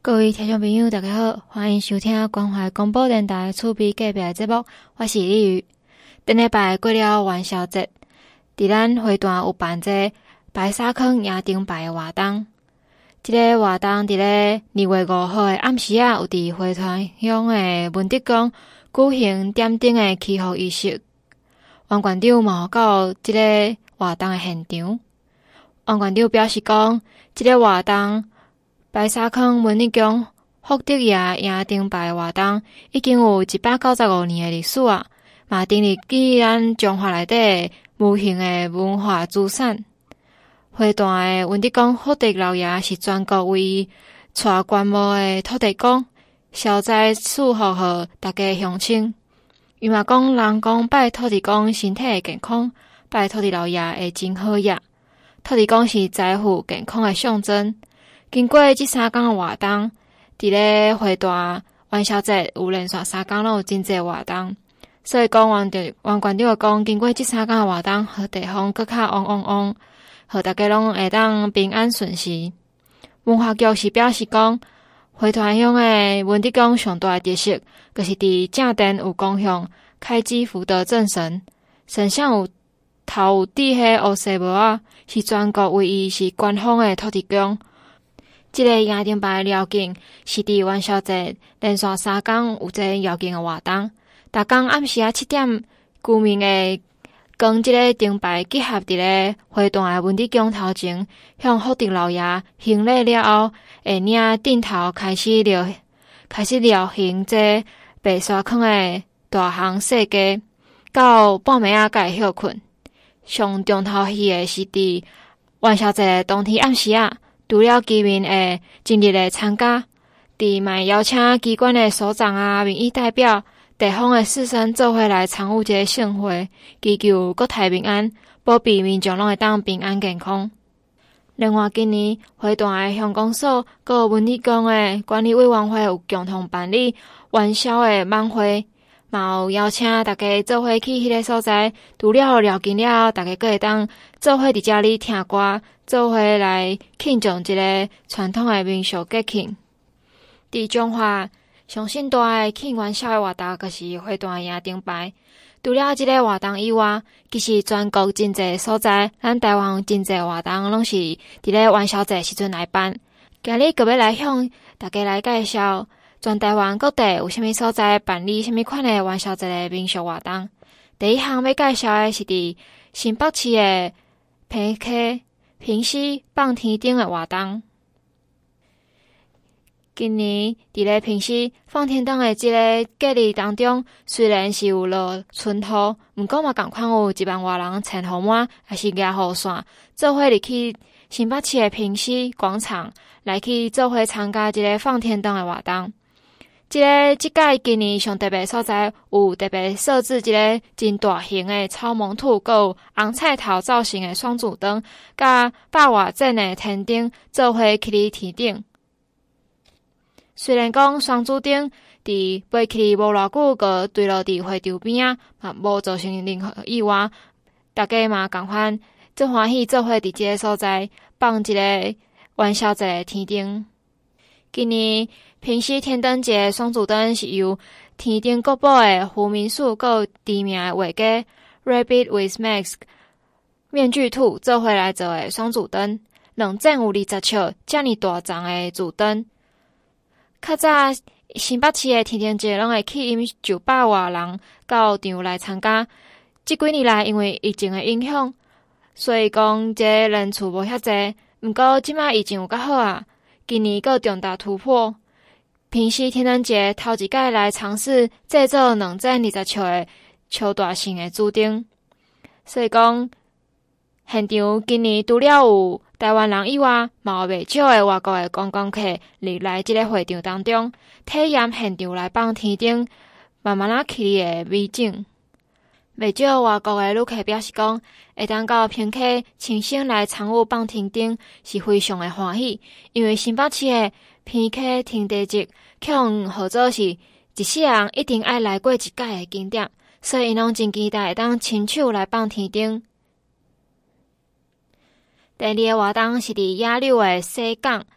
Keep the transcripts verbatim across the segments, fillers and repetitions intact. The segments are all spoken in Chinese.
各位听众朋友，大家好，欢迎收听关怀广播电台厝边隔壁的节目，我是李瑜。顶礼拜过了元宵节，伫咱花坛有办这白沙坑野顶牌的活动。这个活动伫咧二月五号的暗时啊，有伫花坛乡的文德宫举行点灯的祈福仪式。王馆长嘛到这个活动的现场。王馆长表示讲，这个活动白沙坑文德宫福德爷野顶牌活动已经有一百九十五年的历史啊，嘛定立伫咱中华内底无形的文化资产。花坛的文德宫福德老爷是全国唯一带官帽的土地公，消灾祝福予大家乡亲。伊嘛讲，人讲拜土地公身体健康，拜土地老爷会真好业。土地公是财富健康的象征。经过这三天的活动，伫咧花坛元宵节有连续三天拢有真侪活动，所以讲王着王馆长讲，经过这三天的活动，互地方更较旺旺旺，互大家拢会当平安顺遂。文化局是表示讲，花坛乡的文德宫上大的特色，就是伫正殿有供奉开基福德正神，神像有头有底迄乌西帽仔，是全国唯一是官方的土地公。这个野顶牌绕境是伫元宵节连续三天有这绕境的活动，逐天暗时啊七点，居民会跟这个顶牌结合伫咧花坛的文德宫头前，向福德老爷行礼了后，会领顶头开始了开始了行这白沙坑的大行小街，到半暝啊才会休困。上重头戏的是伫元宵节的当天暗时啊。除了居民会尽力来参加，伫嘛邀请机关的首长啊、民意代表、地方的士绅做伙来参与这个盛会，祈求国泰民安，保庇民众拢会当平安健康。另外，今年花坛的乡公所佮文德宫的管理委员会有共同办理元宵的晚会，嘛有邀请大家做伙去迄个所在，除了了境了后，大家佮会当做伙伫遮里听歌。做伙来庆祝一个传统的民俗节庆。伫中华上盛大的庆元宵的活动，就是花坛野顶牌。除了这个活动以外，其实全国真侪所在，咱台湾真侪活动拢是伫咧元宵节时阵来办。今日个要来向大家来介绍，全台湾各地有啥物所在办理啥物款的元宵节的民俗活动。第一项要介绍的是伫新北市的平溪。平溪放天灯的活动，今年伫咧平溪放天灯的这个节日当中，虽然是有落春雨，毋过嘛共款有一万外人穿雨伞，还是举雨伞，做伙入去新北市的平溪广场来去做伙参加这个放天灯的活动。这个即届今年上特别所在有特别设置一个真大型的草蜢兔，佮有红菜头造型的双主灯，甲百外盏的天灯做伙起哩天顶。虽然讲双主灯伫飞起无偌久，佮坠落伫花场边啊，嘛无造成任何意外，大家嘛共款最欢喜做伙伫这个所在放一个元宵节的天灯。今年平溪天灯节双主灯是由天灯国宝的胡明树佮知名的画家 Rabbit with Mask 面具兔做伙来做的双主灯，两盏有二十尺这么大丛的主灯。较早新北市的天灯节拢会吸引九百外人到场来参加，这几年来因为疫情的影响，所以讲这人数无遐济。毋过即摆疫情有较好啊。今年佫重大突破，平溪天灯节头一届来尝试制作两盏二十尺的超大型的主灯，所以讲现场今年除了有台湾人以外，嘛有袂少的外国的观光客入来这个会场当中，体验现场来放天灯，慢慢啊起哩的美景。袂少外国的旅客表示讲，会当到平溪亲身来参与放天灯是非常的欢喜，因为新北市的平溪天地节向号做是一世人一定爱来过一届的景点，所以因拢真期待会当亲手来放天灯。第二个活动是伫野柳的西港，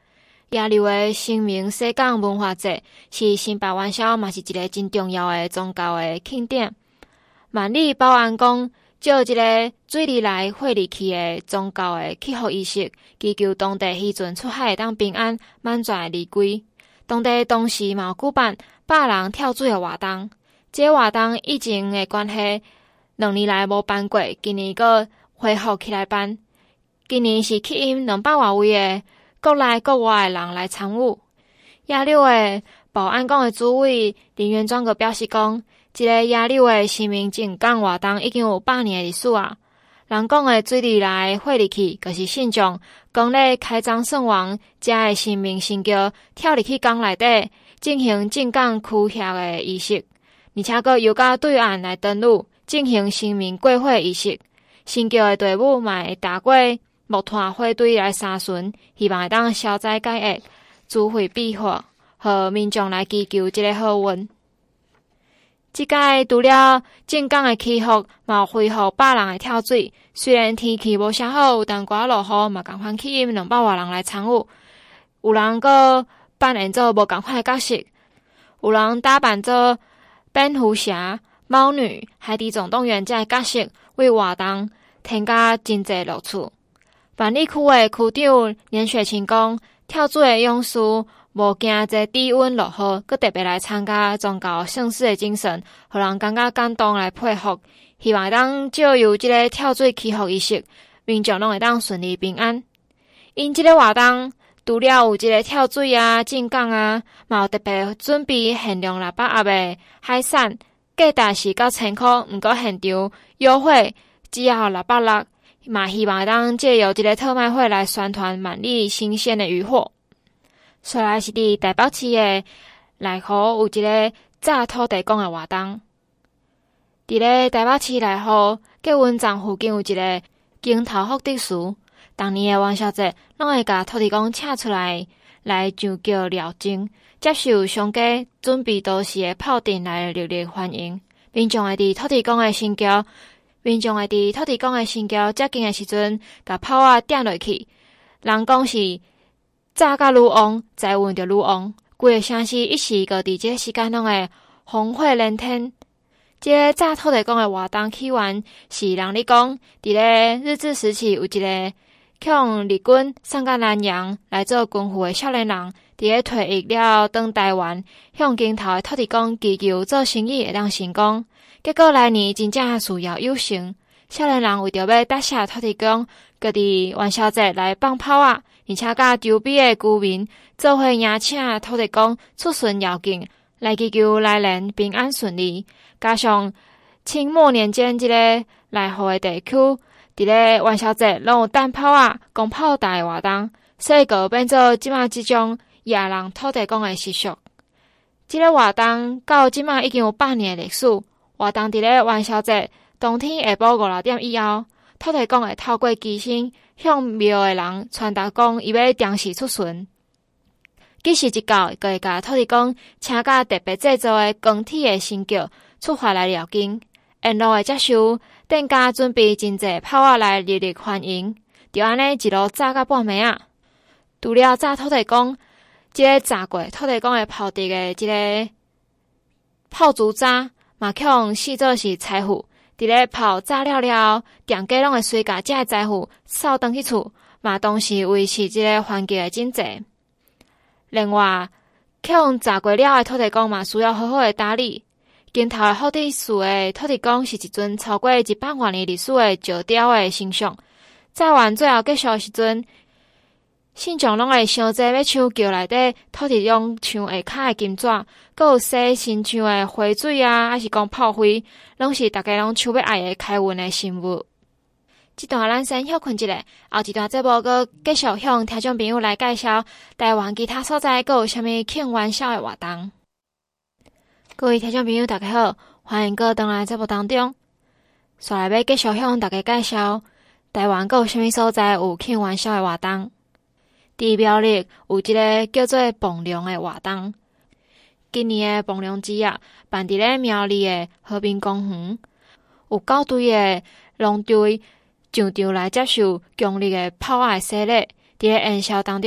野柳的新明西港文化节是新北元宵，嘛是一个真重要的宗教的庆典。万里保安宫借一个水里来火里去的宗教的祈福仪式，祈求当地渔船出海当平安、满载离归。当地当时嘛有举办百人跳水的活动，这个活动疫情的关系，两年来无办过，今年阁恢复起来办。今年是吸引两百外位的国内国外的人来参与。野柳的保安宫的主委林元庄阁表示讲，这个野柳的新民进港活动已经有百年的历史啊。人讲的水里来火里去，就是信众讲咧开张圣王家的新民神轿跳入去港内底进行进港驱邪的仪式，而且阁游到对岸来登陆进行新民过火仪式。神轿的队伍嘛会踏过木炭火堆来沙巡，希望会当消灾解厄、煮会避祸，和民众来祈求这个好运。即届除了进港的祈福，嘛有恢复百人的跳水。虽然天气无啥好，有淡薄落雨，嘛共款吸引两百外人来参与。有人阁扮演做无共款的角色，有人打扮做蝙蝠侠、猫女、海底总动员这些角色，为活动添加真侪乐趣。万里区的区长连雪清讲，跳水的勇士无惊这低温落雨，佮特别来参加宗教盛事的精神，互人感觉感动来佩服。希望会当借由这个跳水祈福仪式，民众拢会当顺利平安。因这个活动除了有这个跳水啊、进港啊，嘛有特别准备限量六百盒的海产，价值是到千块，毋过现场优惠只要六百六。嘛希望会当借由这个特卖会来宣传万里新鲜的渔获。再来是伫台北市的内湖有一个炸土地公的活动。伫咧台北市内湖捷运站附近有一个金头福德祠，当年的元宵节拢会甲土地公请出来来上轿疗精，接受商家准备多时的炮阵来热烈欢迎。民众会伫土地公的神轿，民众会伫土地公的神轿接近的时阵，甲炮仔点落去。人讲是炸甲愈旺，财运就愈旺。规个城市一时个伫这个时间拢会烽火连天。这个炸土地公的活动起源是人咧讲，伫咧日治时期有一个向日军送到南洋来做军户的少年人，伫咧退役了回台湾，向金头的土地公祈求做生意会当成功。结果来年真正事业有成，少年人为着要答谢土地公，佮伫元宵节来放炮仔，而且甲周边的居民做伙邀请土地公出巡绕境，来祈求来年平安顺利。加上清末年间即个内湖的地区，伫咧元宵节拢有弹炮仔、公炮大的活动，所以个变做即马即种野人土地公的习俗。即个活动到即马已经有百年的历史。活动伫咧元宵节当天下晡五六点以后，土地公会透过机身向庙的人传达讲，伊要定时出巡。计时一到，就会甲土地公请甲特别制作的钢铁的神轿出发来绕境。沿路的接受店家准备真济炮仔来热烈欢迎，就安尼一路炸到半暝啊！除了炸土地公，即、這个炸过土地公的炮竹的即个炮竹渣，嘛用视作是财富。伫咧炮炸了了，店家拢会随甲这个财富扫回去厝，嘛同时维持即个环境的整洁。另外，用炸过了的土地公嘛，需要好好的打理。金头的福德祠的土地公是一尊超过一百多年历史的石雕的形象。炸完最后结束的时阵，信众拢会相济要抢轿内底土地公像下骹的金纸，阁有洗身像的花水啊，还是讲炮灰，拢是大家拢抢要爱的开运的信物。这段咱先休困一下，后一段节目阁继续向听众朋友来介绍台湾其他所在阁有啥物庆元宵的活动。各位听众朋友，大家好，欢迎阁回来节目当中。接下来要继续向大家介绍台湾阁有啥物所在有庆元宵的活动。伫苗栗有一个叫做磅龙的活动，今年的磅龙节啊，办伫咧苗栗的和平公园，有九队的龙队上场来接受强力的炮仔的洗礼，伫咧元宵当中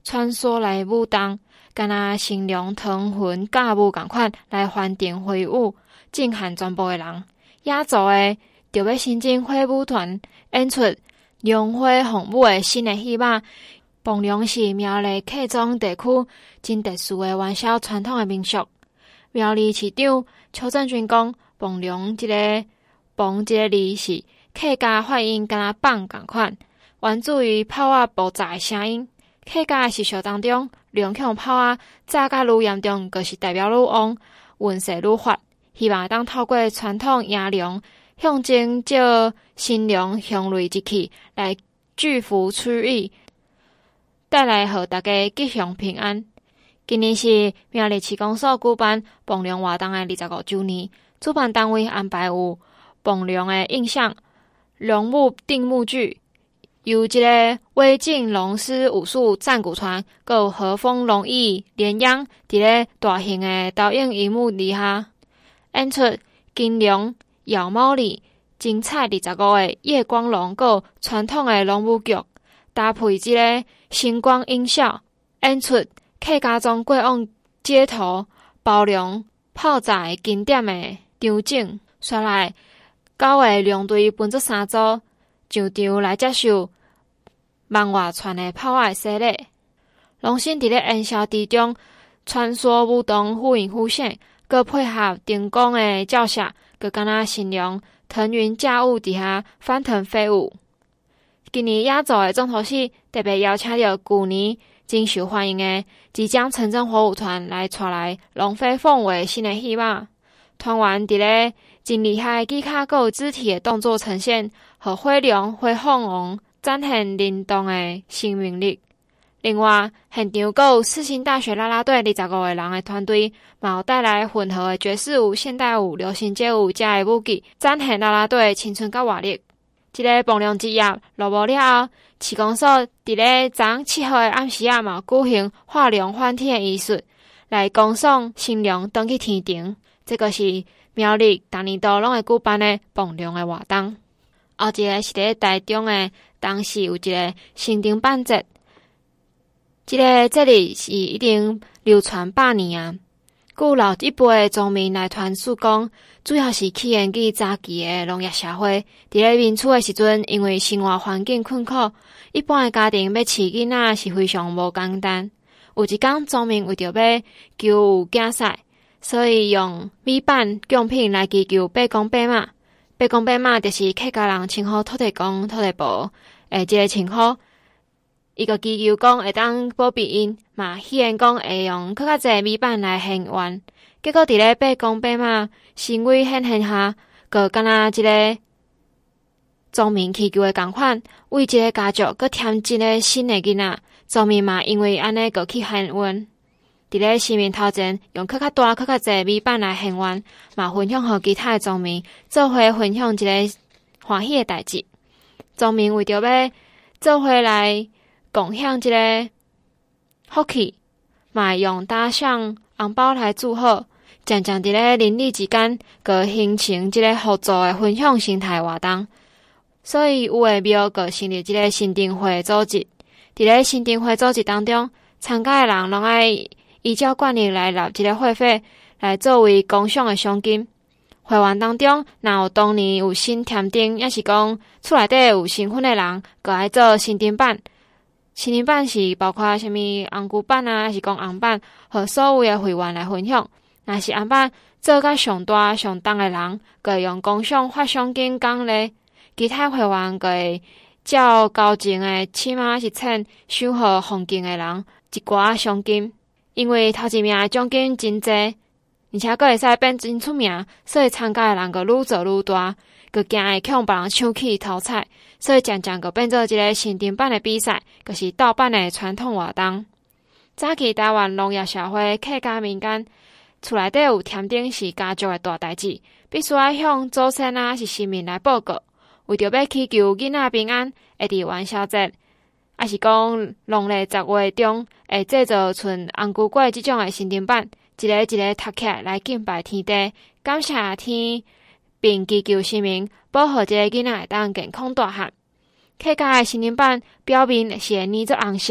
穿梭来舞动，敢若新娘糖魂驾舞共款来欢迎会舞，震撼全部的人。野族的就要新增火舞团演出龙火凤舞的新的戏码。磅龙是苗栗客庄地区真特殊的元宵传统的民俗。苗栗市长邱正军讲，磅龙这个磅这个字是客家发音，敢若棒共款，源自于炮仔爆炸的声音。客家习俗当中，龙向炮仔炸甲愈严重，就是代表愈旺，运势愈发。希望当透过传统迎龙，象征借新娘向瑞之气来祝福取意，带来互大家吉祥平安。今年是苗栗市公所举办磅龙活动的二十五周年，主办单位安排有磅龙的印象、龙舞定目剧，由一个威景龙狮武术战鼓团，还有和风龙翼联央伫咧大型的投影荧幕底下演出金龙、咬猫里精彩二十五个夜光龙，还有传统的龙舞剧，搭配即个星光音效演出客家中过往街头包龙炮炸经典的场景。刷来九个龙队分作三组上场来接受万外串的炮仔洗礼。龙身伫咧烟消之中穿梭舞动，忽隐忽现，佮配合灯光的照射，佮敢若新娘腾云驾雾伫遐翻腾飞舞。今年野族的重头戏特别邀请到旧年真受欢迎的即将城镇火舞团来带来龙飞凤舞新的戏码。团员伫咧真厉害的技巧佮有肢体的动作呈现，和火龙、火凤凰展现灵动的生命力。另外，现场还有世新大学啦啦队二十五个人的团队，嘛有带来混合的爵士舞、现代舞、流行街舞加的舞技，展现啦啦队的青春甲活力。这个磅龙之夜落幕了后，市公所伫咧昨昏七号的暗时啊，嘛举行画龙翻天的仪式，来恭送新娘登去天庭。这个是苗栗逐年度拢会举办的磅龙的活动。后一个是伫台中的当时有一个新丁办节，这个节日是已经流传百年啊。据老一辈的庄民来传述讲，主要是起源于早期的农业社会。伫咧民厝的时阵，因为生活环境困苦，一般的家庭要饲囡仔是非常无简单。有一天，庄民为着要求有竞赛，所以用米板贡品来祈求八公八马。八公八马就是客家人称呼土地公、土地婆诶，即个称呼。伊个祈求讲会当保庇因，嘛希望讲会用更较侪米板来献愿。结果伫咧八公八马神威显现下，佮敢若一个庄民祈求的共款，为一个家族佮添一个新的囡仔。庄民嘛因为安尼佮去献愿，伫咧神明头前用更较大、更较侪米板来献愿，嘛分享互其他的庄民，做伙分享一个欢喜的代志。庄民为着要做伙来共享这个福气，嘛用打赏红包来祝贺，渐渐伫咧邻里之间，佮形成这个合作的分享生态活动。所以有诶庙佮成立这个新丁会组织，伫咧新丁会组织当中，参加诶人拢爱依照惯例来纳一个会费，来作为共享诶奖金。会员当中，若有当年有新添丁，也是讲厝内底有新婚诶人，佮爱做新丁版。新丁版是包括什么红牛版啊，还是讲红版，和所有的会员来分享。若是红版做甲上大上重的人，佮会用共享发奖金奖励；其他会员佮会照交情的起码是千收获奉敬的人一寡奖金。因为头一名的奖金真济，而且佮会使变真出名，所以参加的人佮愈做愈大，佮惊会向别人抢去头彩。所以渐渐个变做一个新丁版的比赛，就是盗版的传统活动。早期台湾农业社会客家民间，厝内底有添丁是家族的大代志，必须要向祖先啊是神明来报告。为着要祈求囡仔平安，会伫元宵节，还是讲农历十月中，会制造出红牛粿即种的新丁版，一个一个搭起来来敬拜天地，感谢天，并祈求神明保护这个囡仔会当健康大汉。客家的新年版表面是会染做红色，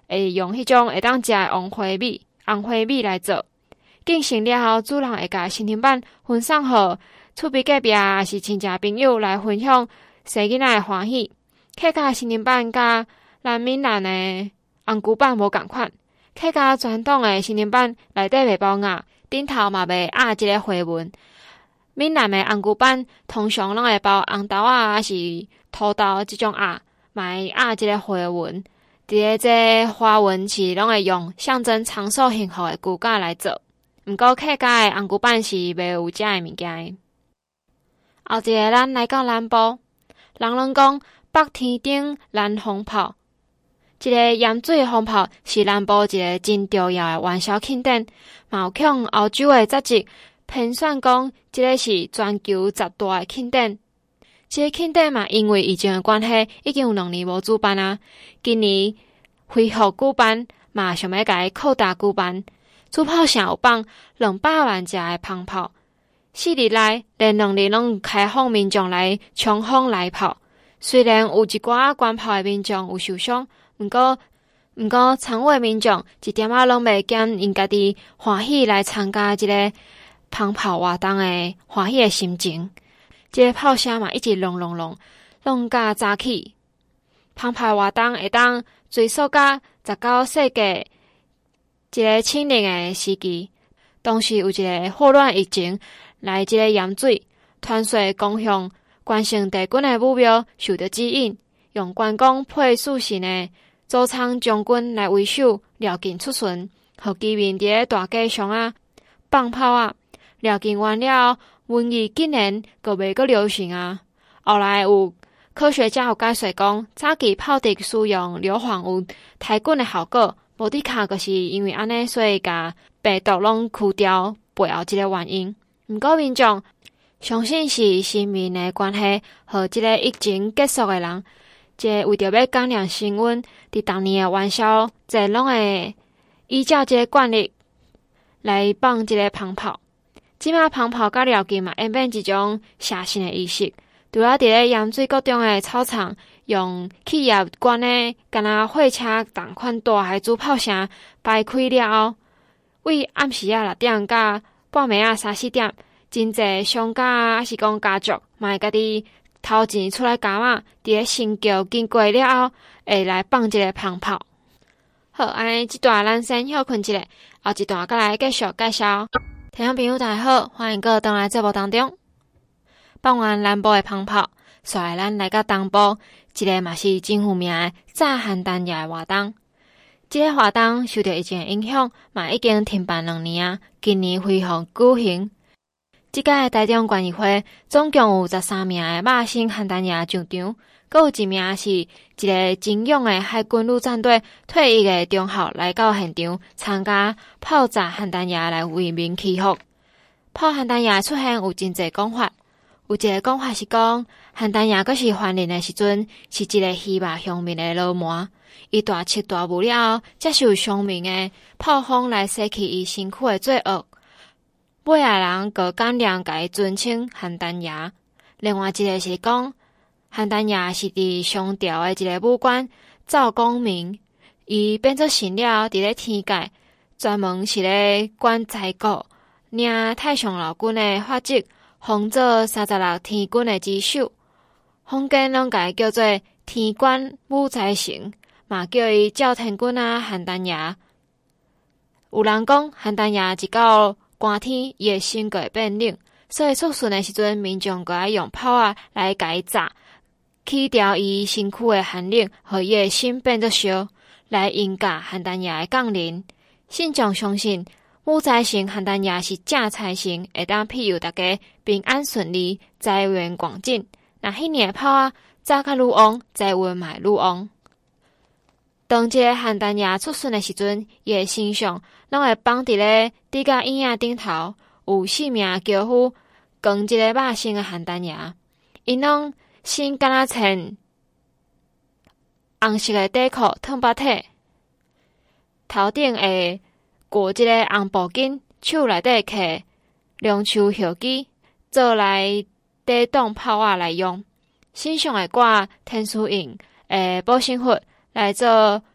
会用迄种会当食诶红花米、红花米来做。进行了后，主人会甲心情版分送互厝边隔壁也是亲戚朋友来分享生囡仔诶欢喜。客家心情版甲咱闽南诶红菇版无共款，客家传统诶心情版内底袂包牙，顶头嘛袂压一个花纹。闽南诶红菇版通常拢会包红豆啊，还是土豆即种压，嘛会压一个花纹。伫个这花纹是拢会用象征长寿幸福诶骨架来做。毋过客家诶红菇版是袂有遮诶物件。后一个咱来到南部，人拢讲北天顶蓝风炮，即、这个盐水风炮是南部一个真重要诶元宵庆典，嘛有向欧洲诶杂志评选讲，即个是全球十大诶庆典。即、这个庆典嘛，因为疫情诶关系，已经有两年无主办啊。今年恢复举办，嘛想要甲伊扩大举办。主炮城有放两百万只诶蜂炮，四日内连两日拢开放民众来冲锋来炮。虽然有一寡观炮诶民众有受伤，毋过毋过参与诶民众一点仔拢袂减因家己欢喜来参加即个蜂炮活动诶欢喜诶心情。即、这个炮声嘛一直隆隆隆隆甲早起。蜂炮活动会当追溯到十九世纪一个清零诶时期，当时有一个霍乱疫情来即个盐水，传说攻向关圣帝君诶武庙受到指引，用关公配属性诶周仓将军来为首撩近出巡，互居民伫个大街上啊放炮啊，撩近完了，瘟疫竟然阁袂阁流行啊。后来有科学家有解释讲，早期炮竹使用硫磺有杀菌诶效果，无的卡就是因为安尼，所以甲病毒拢去掉背后即个原因。毋过民众相信是生命诶关系，和即个疫情结束诶人，即个为着要感染升温，伫当年诶元宵节拢会依照即个惯例来放即个蜂炮。即马蜂炮甲撩近嘛，演变一种写信诶仪式。除了伫咧盐水国中诶操场，用企业管诶敢若货车同款大海主炮声摆开了后，为暗时啊六点甲半暝啊三四点，真侪商家啊，还是讲家族，嘛会家己掏钱出来加码，伫咧新桥经过了后，会来放一个蜂炮。好，安尼即段咱先休困一下，后一段再来继续介绍。听众朋友大家好，欢迎各位登来节目当中。放完南部的蜂炮，煞来咱来到东部，一个嘛是真有名的炸邯郸夜的活动。这个活动受到疫情的影响，嘛已经停办两年啊，今年恢复举行。即届的台中管委会总共有十三名的肉身邯郸夜上场，阁有一名是一个真勇的海军陆战队退役的中校来到现场参加炮炸邯郸夜来为民祈福。炮邯郸夜出现有真侪讲法。有一个讲法是讲，邯郸夜阁是还人的时阵，是一个希望乡民的老麻。伊大彻大悟了后，接受乡民的炮轰来洗去伊身躯的罪恶。尾仔人阁感念甲伊尊称邯郸爷。另外一个是讲，邯郸爷是伫商朝的一个武官赵公明，伊变做神了，伫咧天界专门是咧管财国，领太上老君的法职。封做三十六天君的之首，坊间拢甲伊叫做天官武财神，嘛叫伊赵天君啊邯郸爷。有人讲邯郸爷一到寒天，伊的身个会变冷，所以出巡的时阵，民众个爱用炮啊来甲伊炸，去掉伊身躯的寒冷，互伊的心变作烧，来迎驾邯郸爷的降临。信众相信。武财神邯郸爷是正财神，会当庇佑大家平安顺利、财源广进。那迄年的炮啊，炸甲愈旺，财运嘛愈旺。当这个邯郸爷出巡的时阵，伊的身上拢会绑伫咧猪甲椅仔顶头，有四名轿夫扛一个肉身的邯郸爷，因拢身敢若穿红色的底裤、烫巴体，头顶会过一个红布巾，手内底摕龙树叶枝，做来抵挡炮仔来用。身上会挂天书印诶保鲜盒来做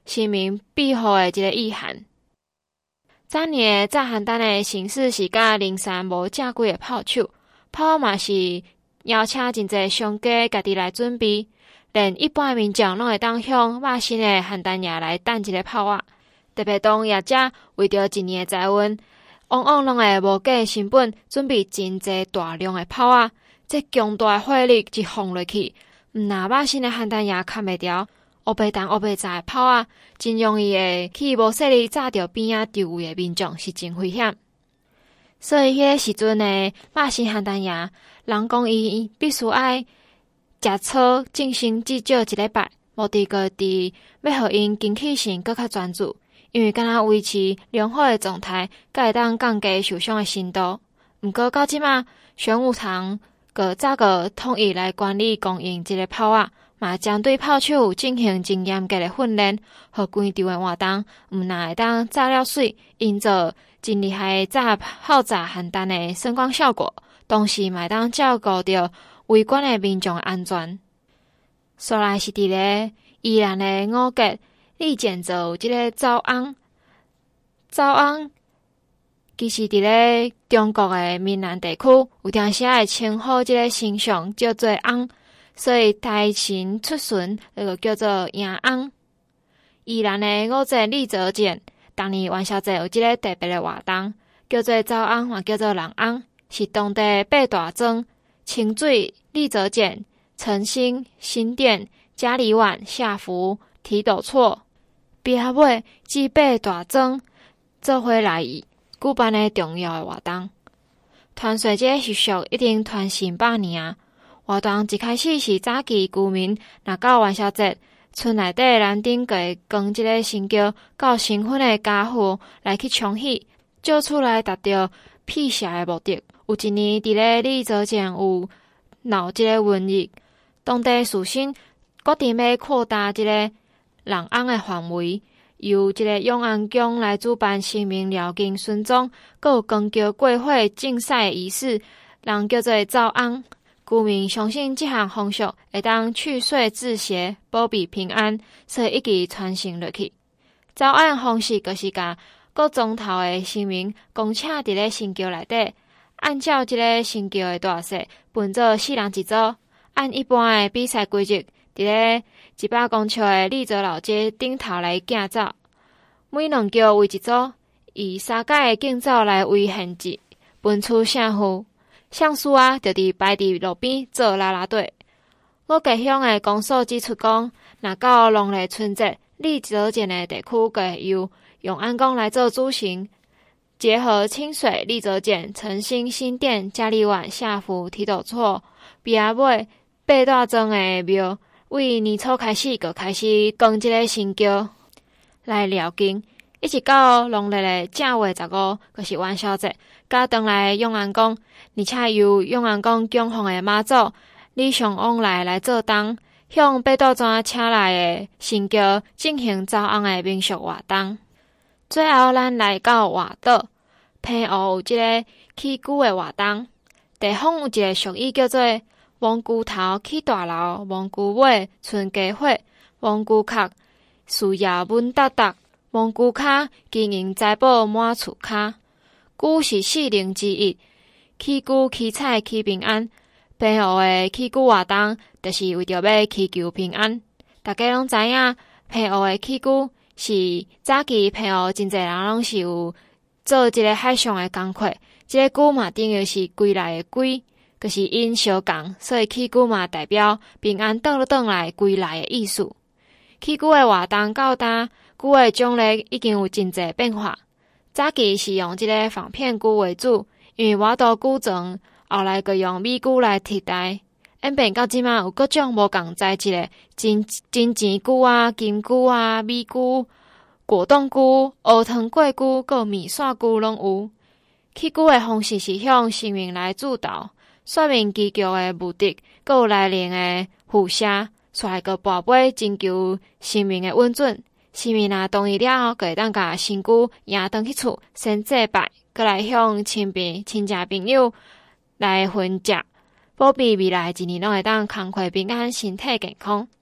生命庇护的一个意涵。昨年炸邯郸的形式是甲灵山无正规的炮手，炮嘛是邀请真侪商家家己来准备，连一般民众拢会当向肉身的邯郸夜来等一个炮仔。特别当业者为着一年的财运，往往拢会无计成本准备真侪大量的炮仔，这强大的火力一放落去，毋若肉身的邯郸夜扛袂牢。乌白东、乌白杂的炮仔，真容易会去无势力炸着边仔周围的民众，是真危险。所以迄个时阵的肉身邯郸夜，人讲伊必须爱食草进行至少一礼拜，目的个伫要互因精气神搁较专注，因为敢若维持良好的状态，才会当降低受伤的程度。毋过到即马，玄武堂个早个统一来管理供应即个炮仔。嘛，针对炮手进行真严格的训练，互规场的活动毋但会当炸了水，营造真厉害的炸炮炸邯郸的声光效果，同时嘛会当照顾着围观的民众的安全。所来是伫咧宜兰的五结立建做有即个走翁，走翁其实伫咧中国的闽南地区，有当时会称呼即个形象叫做翁。所以台神出巡，那个叫做迎翁。宜兰的五节立泽节，当年元宵节有一个特别的活动，叫做走翁，或叫做人翁，是当地八大庄、清水、立泽节、诚心、新店、嘉里湾、下福、提斗厝、壁尾这八大庄做伙来举办的重要的活动。传说这个习俗一定传承百年啊！活动一开始是早期居民，若到元宵节，村内底人顶个会供即个神轿到新婚的家户来去冲喜，借厝来达到辟邪的目的。有一年伫咧立泽前有闹即个瘟疫，当地士绅决定要扩大即个人翁的范围，由即个永安宫来主办生命疗经孙庄，佮有光桥过火竞赛仪式，人叫做走翁。居民相信这项风俗会当去岁治邪，保庇平安，所以一直传承落去。走翁方式就是甲各庄头的神明公请伫咧神轿内底，按照即个神轿的大小，分做四人一组。按一般的比赛规则，伫咧一百公尺的立泽老街顶头来竞走，每两轿为一组，以三届的竞走来为限制，分出胜负。像输啊，就伫排伫路边做啦啦队。我家乡的公所指出讲，若到农历春节，立泽节的地区会由永安宫来做主神，结合清水、立泽节、诚心、新店、嘉里湾、下福、提斗厝、壁尾八大庄的庙，为年初开始就开始供即个神轿来疗经，一直到农历的正月十五，就是元宵节。甲当来永安宫，而且由永安宫供奉的妈祖礼尚往来来做东，向八大庄请来的神轿进行走翁的民俗活动。最后，咱来到外岛，澎湖有一个起居的活动。地方有一个俗语叫做“王姑头起大楼，王姑尾剩家伙，王姑壳事业稳达达，王姑骹经营财宝满厝骹”。居是四灵之一，起居起彩起平安。澎湖的起居活动，就是为着要祈求平安。大家拢知影，澎湖的起居是早期澎湖真侪人拢是有做一个海上的工课，这个居嘛等于是归来的归，就是因相共，所以起居嘛代表平安倒了转来归来的意思。起居的活动到呾，居的种类已经有真侪变化。早期是用即个仿片菇为主，因为外岛菇种后来佮用米菇来替代。演变到即马有各种无共材质的金金钱菇啊、金菇啊、米菇、果冻菇、乌糖粿菇、佮米线菇拢有。起居的方式是向神明来主导，说明祈求的目的，佮有来临的辐射，煞会佮跋杯征求神明的允准。神明若同意了后，就会当甲身躯迎回去厝，先祭拜，佮来向亲朋、亲戚朋友来分食，保庇未来一年拢会当康快平安、身体健康。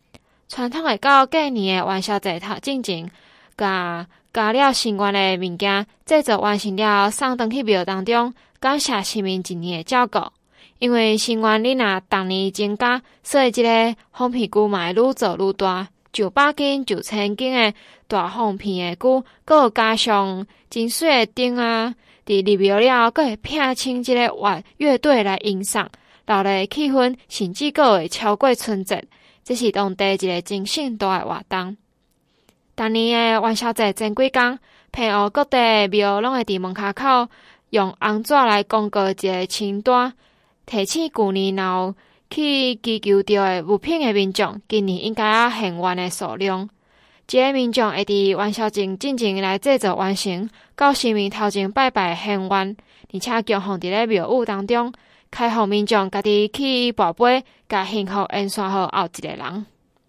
传统会到过年的元宵节头进前，甲加了新元的物件制作完成了，送转去庙当中，感谢神明一年的照顾。因为新元你若逐年增加，所以即个凤皮菇嘛会愈做愈大，上百斤、上千斤的大凤皮的菇，佮有加上真水的灯啊，伫入庙了，佮会摒清即个乐乐队来欣赏，热闹的气氛甚至佮会超过春节。这是当地一个真盛大的活动。逐年的元宵节前几工，澎湖各地庙拢会伫门骹口用红纸来公告一个清单，提醒旧年有去祈求到的物品的民众，今年应该要献愿的数量。这个民众会伫元宵节进前来制作完成，到神明头前拜拜献愿，而且供奉伫咧庙宇当中，开放民众家己去跋杯，甲幸福演算好后一个人。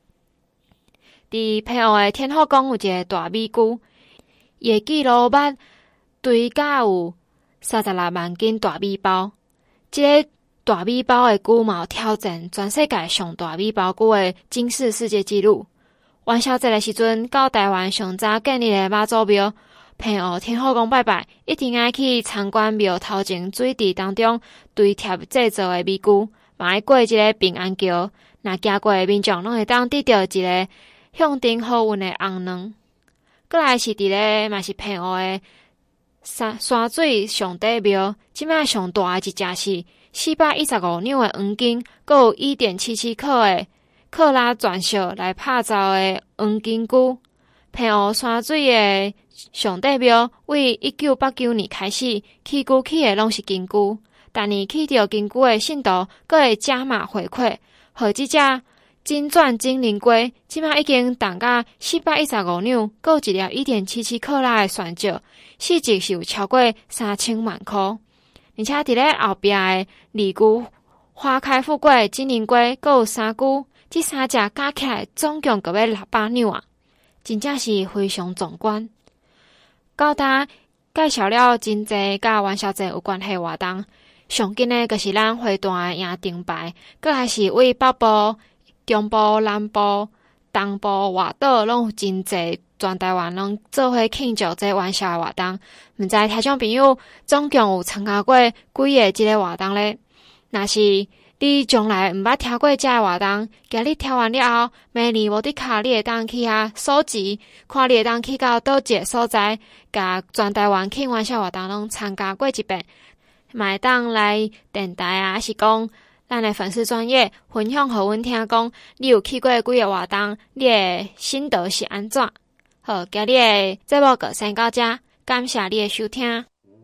伫澎湖的天后宫有一个大米菇，伊的记录捌堆甲有三十六万斤大米包。这个大米包的菇嘛有挑战全世界上大米包菇的金氏世界纪录。元宵节的时阵，到台湾上早建立的妈祖庙，澎湖天后宫拜拜，一定爱去参观庙头前水池当中堆贴制作的米菇，嘛爱过一个平安桥，若行过的民众拢会当得到一个向丁好运的红卵。过来是伫咧，嘛是澎湖的山山水上帝庙，即摆上大的一只是四百一十五两的黄金，佮有 一点七七 克的克拉钻石来拍造的黄金菇。澎湖山水的上帝庙为一九八九年开始起菇起的拢是金菇，逐年起到金菇的信徒，佮会加码回馈，互即只金钻精灵龟，即摆已经重到四百一十五两，佮一粒 一点七七 克拉的钻石，市值是有超过三千万块。而且伫咧后壁的鲤龟、花开富贵、精灵龟，佮有山菇，这三只加起来总共个要六百两啊，真正是非常壮观。到呾介绍了真侪甲元宵节有关系活动，上紧的就是咱花旦的赢灯牌，佮还是为北部、中部、南部、东部、外岛拢有真侪全台湾拢做伙庆祝这元宵的活动。毋知听众朋友总共有参加过几个即个活动咧？若是你将来毋捌听过这个活动，今日听完了后，明年无伫卡你会当去遐搜集，看你会当去到倒一个所在，甲全台湾庆元宵活动拢参加过一遍，嘛会当来电台啊，还是讲咱的粉丝专页分享互阮听讲，你有去过几个活动，你的心得是安怎？好，今日的节目就先到这，感谢你的收听。